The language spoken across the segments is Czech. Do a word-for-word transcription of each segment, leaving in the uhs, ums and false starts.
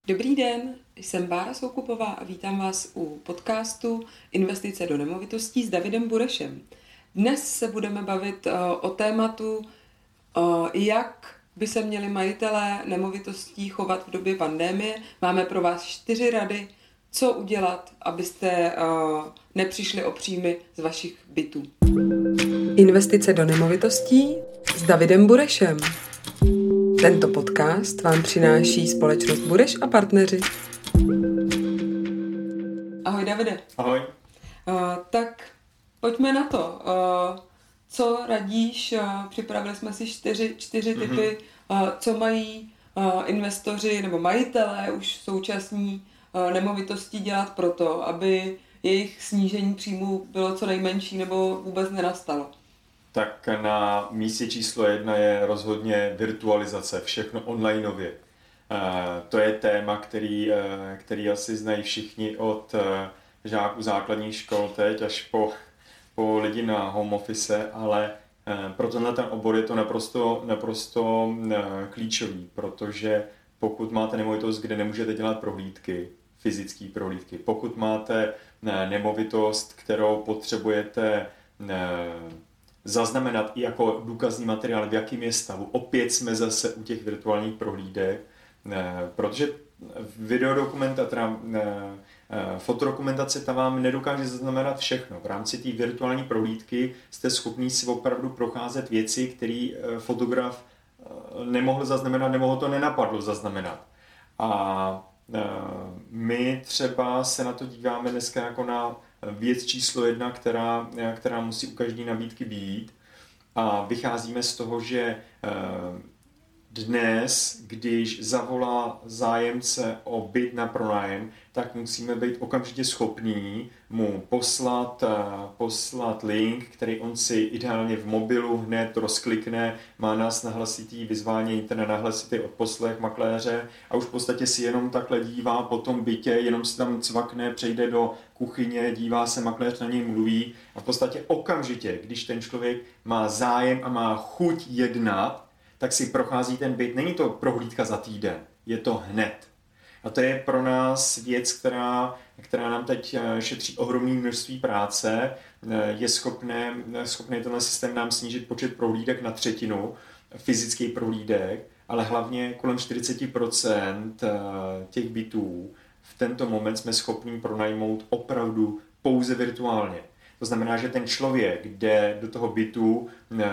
Dobrý den, jsem Bára Soukupová a vítám vás u podcastu Investice do nemovitostí s Davidem Burešem. Dnes se budeme bavit uh, o tématu, uh, jak by se měli majitelé nemovitostí chovat v době pandemie. Máme pro vás čtyři rady, co udělat, abyste uh, nepřišli o příjmy z vašich bytů. Investice do nemovitostí s Davidem Burešem. Tento podcast vám přináší společnost Bureš a partneři. Ahoj Davide. Ahoj. Uh, tak pojďme na to. Uh, co radíš? Uh, připravili jsme si čtyři, čtyři mm-hmm. typy, uh, co mají uh, investoři nebo majitelé už současní uh, nemovitostí dělat pro to, aby jejich snížení příjmů bylo co nejmenší nebo vůbec nenastalo. Tak na místě číslo jedna je rozhodně virtualizace, všechno onlineově. To je téma, který, který asi znají všichni od žáků základních škol teď až po, po lidi na home office, ale pro tenhle ten obor je to naprosto, naprosto klíčový, protože pokud máte nemovitost, kde nemůžete dělat prohlídky, fyzické prohlídky, pokud máte nemovitost, kterou potřebujete zaznamenat i jako důkazní materiál, v jakém je stavu. Opět jsme zase u těch virtuálních prohlídek, protože videodokumentace, teda fotodokumentace ta vám nedokáže zaznamenat všechno. V rámci té virtuální prohlídky jste schopni si opravdu procházet věci, které fotograf nemohl zaznamenat, nebo ho to nenapadlo zaznamenat. A my třeba se na to díváme dneska jako na věc číslo jedna, která, která musí u každé nabídky být. A vycházíme z toho, že dnes, když zavolá zájemce o byt na pronájem, tak musíme být okamžitě schopní mu poslat, poslat link, který on si ideálně v mobilu hned rozklikne, má nás na hlasitý vyzvání internet, na hlasitý odposlech makléře a už v podstatě si jenom takhle dívá po tom bytě, jenom si tam cvakne, přejde do kuchyně, dívá se, makléř na něj mluví a v podstatě okamžitě, když ten člověk má zájem a má chuť jednat, tak si prochází ten byt. Není to prohlídka za týden, je to hned. A to je pro nás věc, která, která nám teď šetří ohromné množství práce. Je schopné, schopný tenhle systém nám snížit počet prohlídek na třetinu, fyzických prohlídek, ale hlavně kolem čtyřicet procent těch bytů v tento moment jsme schopni pronajmout opravdu pouze virtuálně. To znamená, že ten člověk jde do toho bytu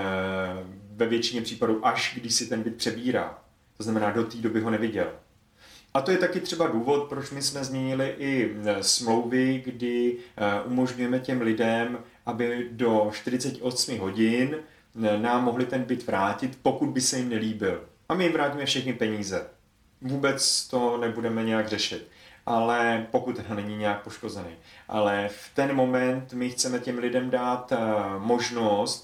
ve většině případů až když si ten byt přebírá. To znamená, do té doby ho neviděl. A to je taky třeba důvod, proč my jsme změnili i smlouvy, kdy umožňujeme těm lidem, aby do čtyřicet osm hodin nám mohli ten byt vrátit, pokud by se jim nelíbil. A my jim vrátíme všechny peníze. Vůbec to nebudeme nějak řešit. Ale pokud není nějak poškozený. Ale v ten moment my chceme těm lidem dát možnost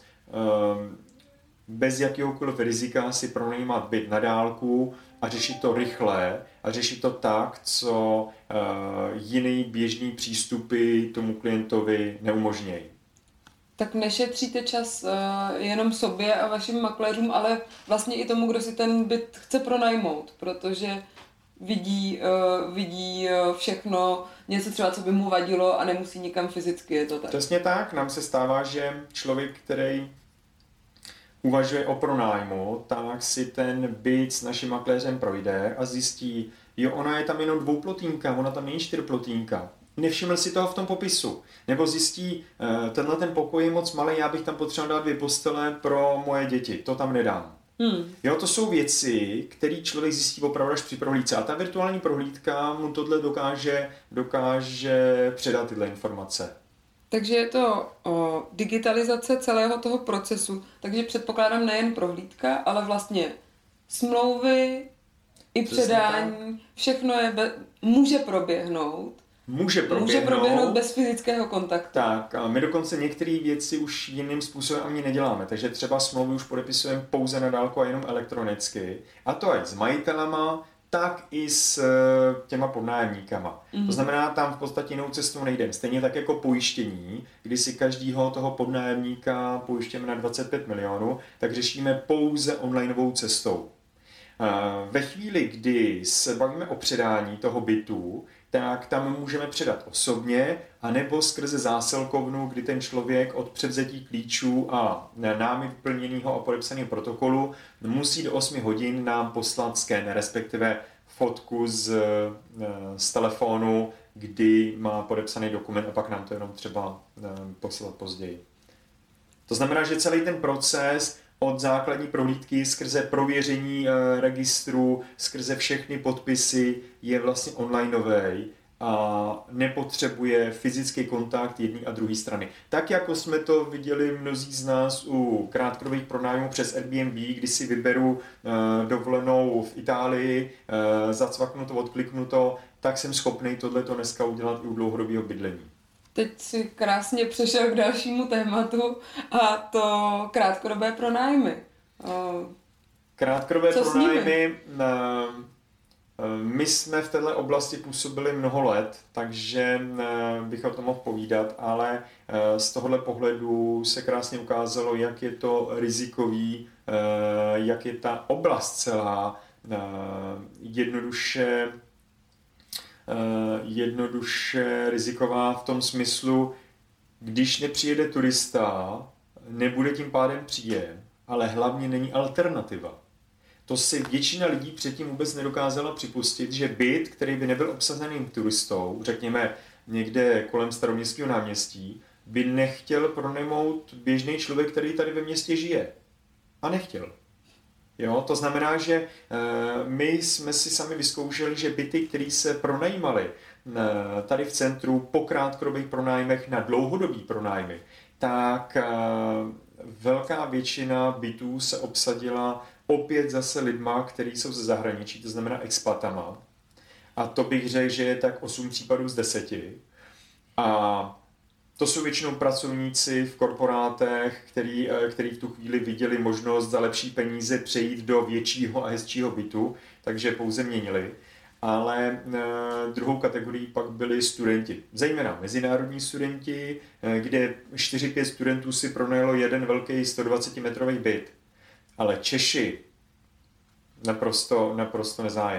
bez jakéhokoliv rizika si pronajímat byt na dálku a řešit to rychle a řešit to tak, co uh, jiný běžný přístupy tomu klientovi neumožnějí. Tak nešetříte čas uh, jenom sobě a vašim makléřům, ale vlastně i tomu, kdo si ten byt chce pronajmout, protože vidí, uh, vidí uh, všechno, něco třeba, co by mu vadilo a nemusí nikam fyzicky, je to tak? Přesně tak, nám se stává, že člověk, který uvažuje o pronájmu, tak si ten byt s naším makléřem projde a zjistí, jo, ona je tam jenom dvouplotínka, ona tam není čtyřplotínka. Nevšiml si toho v tom popisu. Nebo zjistí, tenhle ten pokoj je moc malý, já bych tam potřeboval dát dvě postele pro moje děti, to tam nedám. Hmm. Jo, to jsou věci, které člověk zjistí opravdu až při prohlídce. A ta virtuální prohlídka mu tohle dokáže, dokáže předat tyhle informace. Takže je to o, digitalizace celého toho procesu. Takže předpokládám nejen prohlídka, ale vlastně smlouvy i předání, všechno je be, může proběhnout. Může proběhnout. Může proběhnout bez fyzického kontaktu. Tak, a my dokonce některé věci už jiným způsobem ani neděláme. Takže třeba smlouvy už podepisujeme pouze na dálku a jenom elektronicky. A to ať s majitelama, tak i s těma podnájemníkama. Mm-hmm. To znamená, tam v podstatě jinou cestou nejdeme. Stejně tak jako pojištění, kdy si každýho toho podnájemníka pojištěme na dvacet pět milionů, tak řešíme pouze onlineovou cestou. Ve chvíli, kdy se bavíme o předání toho bytu, tak tam můžeme předat osobně, anebo skrze zásilkovnu, kdy ten člověk od převzetí klíčů a námi vyplněného a podepsaného protokolu musí do osmi hodin nám poslat sken, respektive fotku z, z telefonu, kdy má podepsaný dokument a pak nám to jenom třeba poslat později. To znamená, že celý ten proces od základní prohlídky skrze prověření e, registru, skrze všechny podpisy je vlastně onlineový a nepotřebuje fyzický kontakt jedné a druhé strany. Tak jako jsme to viděli mnozí z nás u krátkodobých pronájmů přes Airbnb, kdy si vyberu e, dovolenou v Itálii, e, zacvaknu to, odkliknu to, tak jsem schopný tohleto dneska udělat i u dlouhodobého bydlení. Teď si krásně přešel k dalšímu tématu a to krátkodobé pronájmy. Krátkodobé pronájmy, my jsme v této oblasti působili mnoho let, takže bych o tom mohl povídat, ale z tohohle pohledu se krásně ukázalo, jak je to rizikový, jak je ta oblast celá jednoduše jednoduše riziková v tom smyslu, když nepřijede turista, nebude tím pádem příjem, ale hlavně není alternativa. To si většina lidí předtím vůbec nedokázala připustit, že byt, který by nebyl obsazeným turistou, řekněme někde kolem Staroměstského náměstí, by nechtěl pronajmout běžný člověk, který tady ve městě žije. A nechtěl. Jo, to znamená, že e, my jsme si sami vyzkoušeli, že byty, které se pronajímaly e, tady v centru po krátkodobých pronájmech na dlouhodobý pronájmy, tak e, velká většina bytů se obsadila opět zase lidma, kteří jsou ze zahraničí, to znamená expatama. A to bych řekl, že je tak osm případů z deseti. A to jsou většinou pracovníci v korporátech, který, který v tu chvíli viděli možnost za lepší peníze přejít do většího a hezčího bytu, takže pouze měnili. Ale e, druhou kategorií pak byli studenti, zejména mezinárodní studenti, e, kde čtyři pět studentů si pronajalo jeden velký sto dvacet metrový byt. Ale Češi naprosto, naprosto nezájem.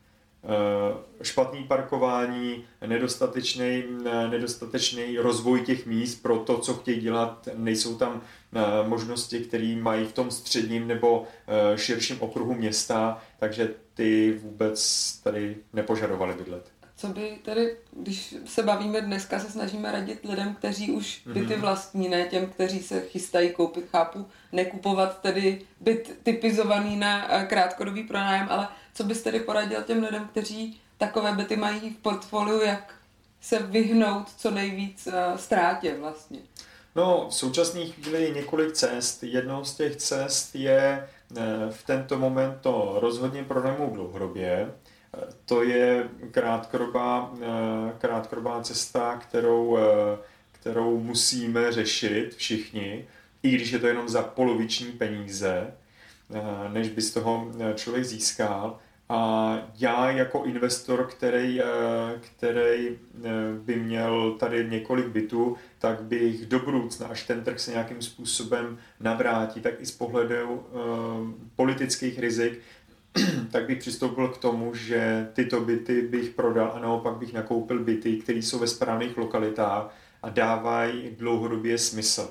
Špatný parkování, nedostatečný, nedostatečný rozvoj těch míst pro to, co chtějí dělat, nejsou tam možnosti, které mají v tom středním nebo širším okruhu města, takže ty vůbec tady nepožadovali bydlet. Co by tedy, když se bavíme dneska, se snažíme radit lidem, kteří už byty vlastní, ne těm, kteří se chystají koupit, chápu, nekupovat tedy byt typizovaný na krátkodobý pronájem, ale co bys tedy poradil těm lidem, kteří takové byty mají v portfoliu, jak se vyhnout co nejvíc ztrátě vlastně? No, v současné chvíli je několik cest. Jednou z těch cest je v tento moment to rozhodně pronajmout dlouhodobě. To je krátkodobá, krátkodobá cesta, kterou, kterou musíme řešit všichni, i když je to jenom za poloviční peníze, než by z toho člověk získal. A já jako investor, který, který by měl tady několik bytů, tak bych do budoucna, až ten trh se nějakým způsobem navrátí, tak i z pohledu politických rizik, tak bych přistoupil k tomu, že tyto byty bych prodal a naopak bych nakoupil byty, které jsou ve správných lokalitách a dávají dlouhodobě smysl.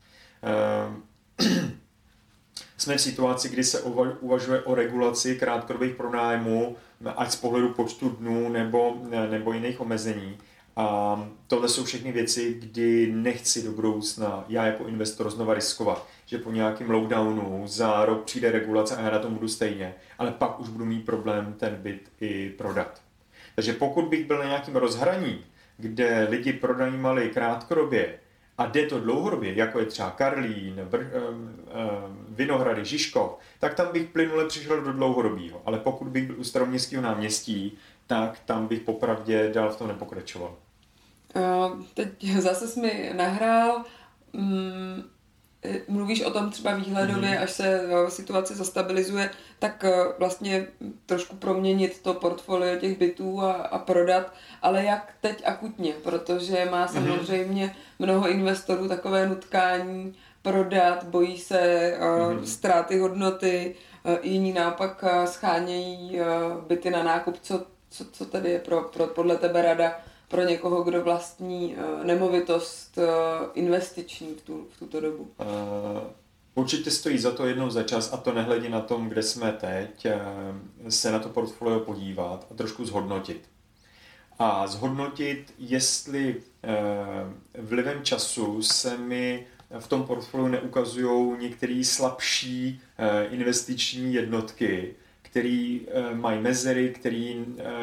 Jsme v situaci, kdy se uvažuje o regulaci krátkodobých pronájmů, ať z pohledu počtu dnů nebo, nebo jiných omezení. A tohle jsou všechny věci, kdy nechci do budoucna já jako investor znova riskovat, že po nějakém lockdownu za rok přijde regulace a já na tom budu stejně, ale pak už budu mít problém ten byt i prodat. Takže pokud bych byl na nějakém rozhraní, kde lidi pronajímali krátkodobě a jde to dlouhodobě, jako je třeba Karlín, Vr, Vinohrady, Žižkov, tak tam bych plynule přišel do dlouhodobého. Ale pokud bych byl u Staroměstského náměstí, tak tam bych popravdě dál v tom nepokračoval. Uh, teď zase jsi mi nahrál, um, mluvíš o tom třeba výhledově, mm-hmm. až se uh, situace zastabilizuje, tak uh, vlastně trošku proměnit to portfolio těch bytů a, a prodat, ale jak teď akutně, protože má samozřejmě mm-hmm. mnoho investorů takové nutkání prodat, bojí se uh, mm-hmm. ztráty hodnoty, uh, jiní naopak uh, schánějí uh, byty na nákup. Co, co, co tady je pro, pro, podle tebe rada pro někoho, kdo vlastní uh, nemovitost uh, investiční v, tu, v tuto dobu? Uh... Určitě stojí za to jednou za čas, a to nehledě na tom, kde jsme teď, se na to portfolio podívat a trošku zhodnotit. A zhodnotit, jestli vlivem času se mi v tom portfoliu neukazují některé slabší investiční jednotky, které mají mezery, který,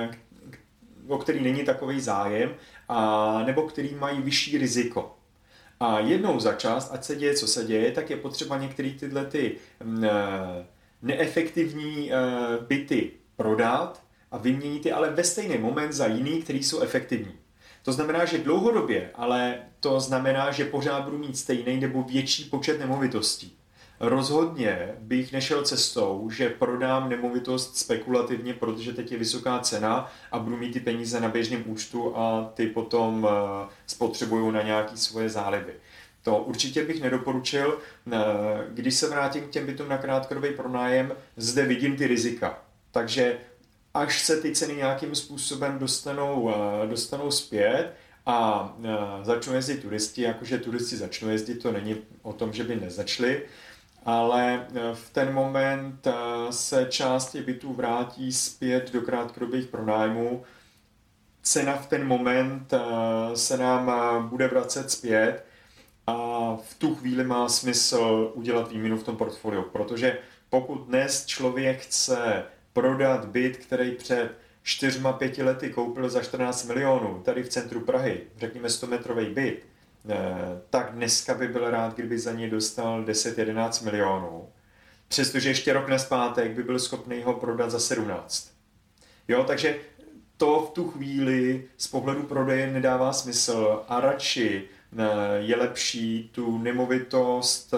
o který není takový zájem, a nebo který mají vyšší riziko. A jednou za čas, ať se děje, co se děje, tak je potřeba některé tyhle ty neefektivní byty prodat a vyměnit je ale ve stejný moment za jiný, který jsou efektivní. To znamená, že dlouhodobě, ale to znamená, že pořád budu mít stejný nebo větší počet nemovitostí. Rozhodně bych nešel cestou, že prodám nemovitost spekulativně, protože teď je vysoká cena a budu mít ty peníze na běžném účtu a ty potom spotřebuju na nějaké svoje záliby. To určitě bych nedoporučil. Když se vrátím k těm bytům na krátkodobý pronájem, zde vidím ty rizika. Takže až se ty ceny nějakým způsobem dostanou, dostanou zpět a začnou jezdit turisti, jakože turisti začnou jezdit, to není o tom, že by nezačali, ale v ten moment se část těch bytů vrátí zpět do krátkodobých pronájmů. Cena v ten moment se nám bude vracet zpět a v tu chvíli má smysl udělat výměnu v tom portfoliu, protože pokud dnes člověk chce prodat byt, který před čtyřma, pěti lety koupil za čtrnáct milionů, tady v centru Prahy, řekněme sto metrový byt, tak dneska by byl rád, kdyby za něj dostal deset jedenáct milionů. Přestože ještě rok nazpátek by byl schopný ho prodat za sedmnáct. Jo, takže to v tu chvíli z pohledu prodeje nedává smysl a radši je lepší tu nemovitost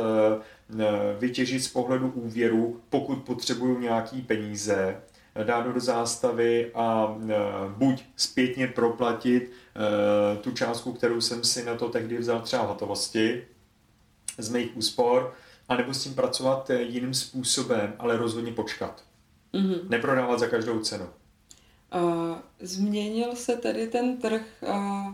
vytěžit z pohledu úvěru, pokud potřebuju nějaký peníze, dát do zástavy a buď zpětně proplatit tu částku, kterou jsem si na to tehdy vzal třeba v hotovosti z mých úspor, anebo s tím pracovat jiným způsobem, ale rozhodně počkat. Mm-hmm. Neprodávat za každou cenu. Uh, změnil se tedy ten trh uh,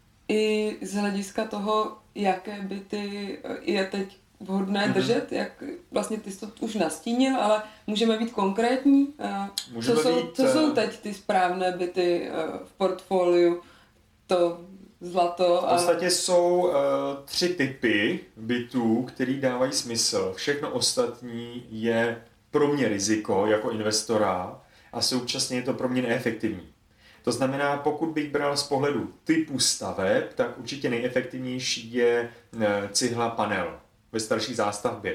i z hlediska toho, jaké byty je teď vhodné mm-hmm. držet, jak vlastně ty jsi to už nastínil, ale můžeme být konkrétní. Můžeme co, jsou, být, co jsou teď ty správné byty v portfoliu, to zlato? V podstatě a... jsou uh, tři typy bytů, který dávají smysl. Všechno ostatní je pro mě riziko jako investora a současně je to pro mě neefektivní. To znamená, pokud bych bral z pohledu typu staveb, tak určitě nejefektivnější je cihla panel ve starší zástavbě.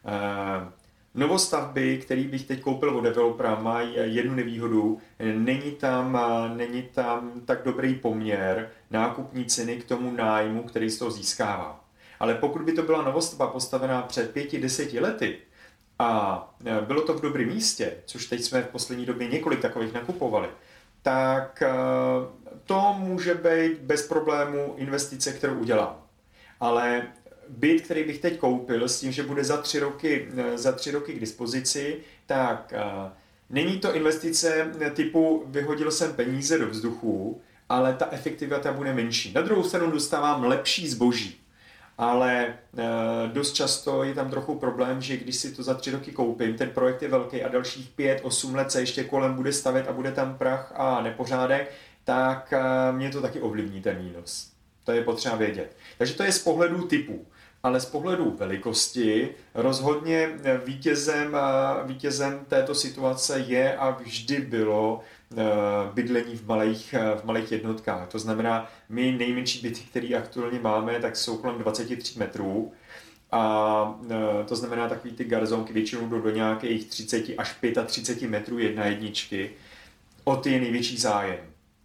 Novostavby, který bych teď koupil od developera, mají jednu nevýhodu, není tam, není tam tak dobrý poměr nákupní ceny k tomu nájmu, který z toho získává. Ale pokud by to byla novostavba postavená před pěti, deseti lety a bylo to v dobrém místě, což teď jsme v poslední době několik takových nakupovali, tak to může být bez problému investice, kterou udělám. Ale byt, který bych teď koupil s tím, že bude za tři roky, za tři roky k dispozici, tak není to investice typu vyhodil jsem peníze do vzduchu, ale ta efektivita bude menší. Na druhou stranu dostávám lepší zboží. Ale dost často je tam trochu problém, že když si to za tři roky koupím, ten projekt je velký a dalších pět, osm let se ještě kolem bude stavět a bude tam prach a nepořádek, tak mě to taky ovlivní ten mínus. To je potřeba vědět. Takže to je z pohledu typu. Ale z pohledu velikosti rozhodně vítězem, vítězem této situace je a vždy bylo bydlení v malých, v malých jednotkách. To znamená, my nejmenší byty, které aktuálně máme, tak jsou kolem dvacet tři metrů. A to znamená takový ty garzonky většinou do, do nějakých třicet až třicet pět metrů jedna jedničky. O ty je největší zájem.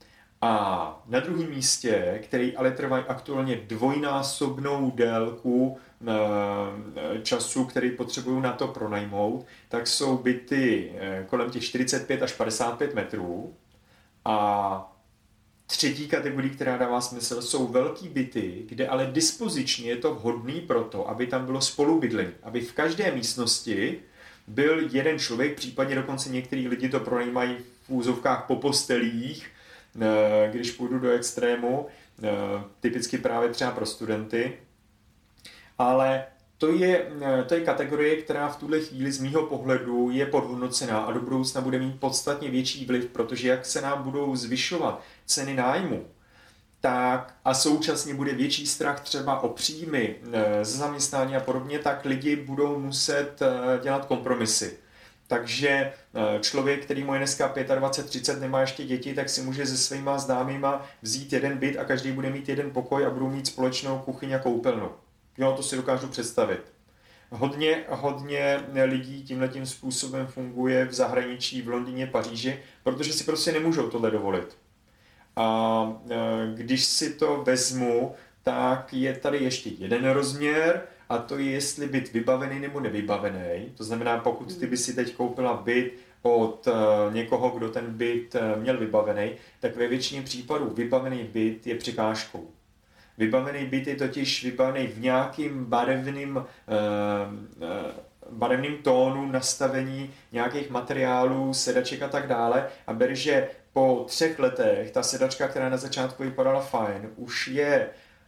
A na druhém místě, který ale trvají aktuálně dvojnásobnou délku času, který potřebují na to pronajmout, tak jsou byty kolem těch čtyřicet pět až padesát pět metrů a Třetí kategorii, která dává smysl, jsou velký byty, kde ale dispozičně je to vhodný proto, aby tam bylo spolubydlení. Aby v každé místnosti byl jeden člověk, případně dokonce některý lidi to pronajímají v úzovkách po postelích, když půjdu do extrému, typicky právě třeba pro studenty. Ale to je, to je kategorie, která v tuhle chvíli z mýho pohledu je podhodnocená a do budoucna bude mít podstatně větší vliv, protože jak se nám budou zvyšovat ceny nájmu, tak a současně bude větší strach třeba o příjmy ze zaměstnání a podobně, tak lidi budou muset dělat kompromisy. Takže člověk, který mu je dneska dvacet pět třicet, nemá ještě děti, tak si může se svýma známýma vzít jeden byt a každý bude mít jeden pokoj a budou mít společnou kuchyň a koupelnu. Jo, to si dokážu představit. Hodně, hodně lidí tímhletím způsobem funguje v zahraničí, v Londýně, Paříži, protože si prostě nemůžou tohle dovolit. A když si to vezmu, tak je tady ještě jeden rozměr, a to je, jestli byt vybavený nebo nevybavený. To znamená, pokud ty by si teď koupila byt od někoho, kdo ten byt měl vybavený, tak ve většině případů vybavený byt je překážkou. Vybavený byt je totiž vybavený v nějakým barevným, barevným tónu, nastavení nějakých materiálů, sedaček a tak dále. A ber, že po třech letech ta sedačka, která na začátku vypadala fajn, už je,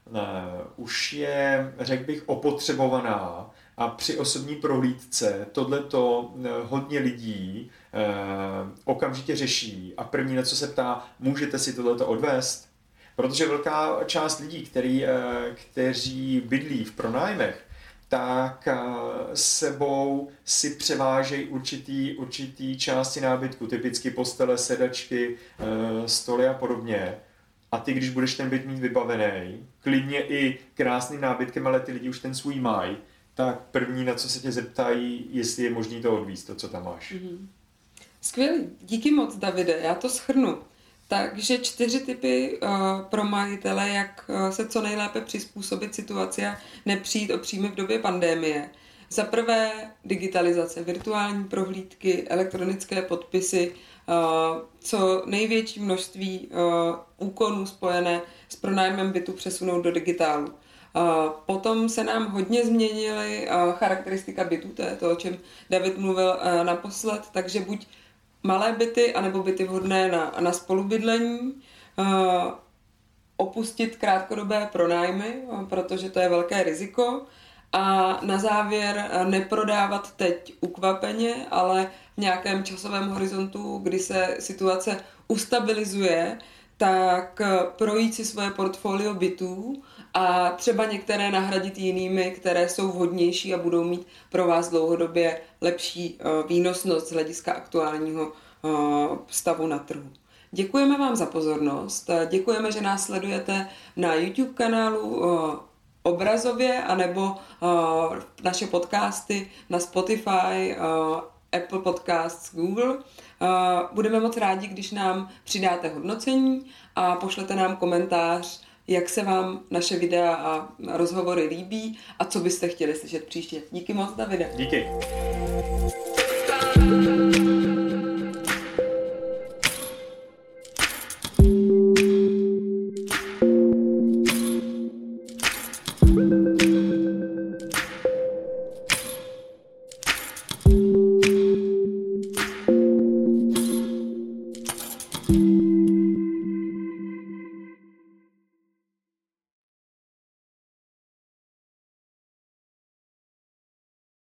už je, řekl bych, opotřebovaná. A při osobní prohlídce tohleto hodně lidí okamžitě řeší. A první, na co se ptá, můžete si tohleto odvést? Protože velká část lidí, který, kteří bydlí v pronájmech, tak sebou si převážejí určitý, určitý části nábytku, typicky postele, sedačky, stoly a podobně. A ty, když budeš ten byt mít vybavený, klidně i krásným nábytkem, ale ty lidi už ten svůj mají, tak první, na co se tě zeptají, jestli je možný to odvízt, to, co tam máš. Mm-hmm. Skvělý, díky moc, Davide, já to shrnu. Takže čtyři typy uh, pro majitele, jak uh, se co nejlépe přizpůsobit situaci a nepřijít o příjmy v době pandemie. Za prvé digitalizace, virtuální prohlídky, elektronické podpisy, uh, co největší množství uh, úkonů spojené s pronájmem bytu přesunout do digitálu. Uh, potom se nám hodně změnily uh, charakteristika bytů, to je to, o čem David mluvil uh, naposled, takže buď malé byty, anebo byty vhodné na, na spolubydlení, uh, opustit krátkodobé pronájmy, uh, protože to je velké riziko, a na závěr uh, neprodávat teď ukvapeně, ale v nějakém časovém horizontu, kdy se situace ustabilizuje, tak uh, projít si svoje portfolio bytů a třeba některé nahradit jinými, které jsou vhodnější a budou mít pro vás dlouhodobě lepší uh, výnosnost z hlediska aktuálního uh, stavu na trhu. Děkujeme vám za pozornost, děkujeme, že nás sledujete na YouTube kanálu uh, obrazově, anebo uh, naše podcasty na Spotify, uh, Apple Podcasts, Google. Uh, budeme moc rádi, když nám přidáte hodnocení a pošlete nám komentář, jak se vám naše videa a rozhovory líbí a co byste chtěli slyšet příště. Díky moc, Davide. Díky.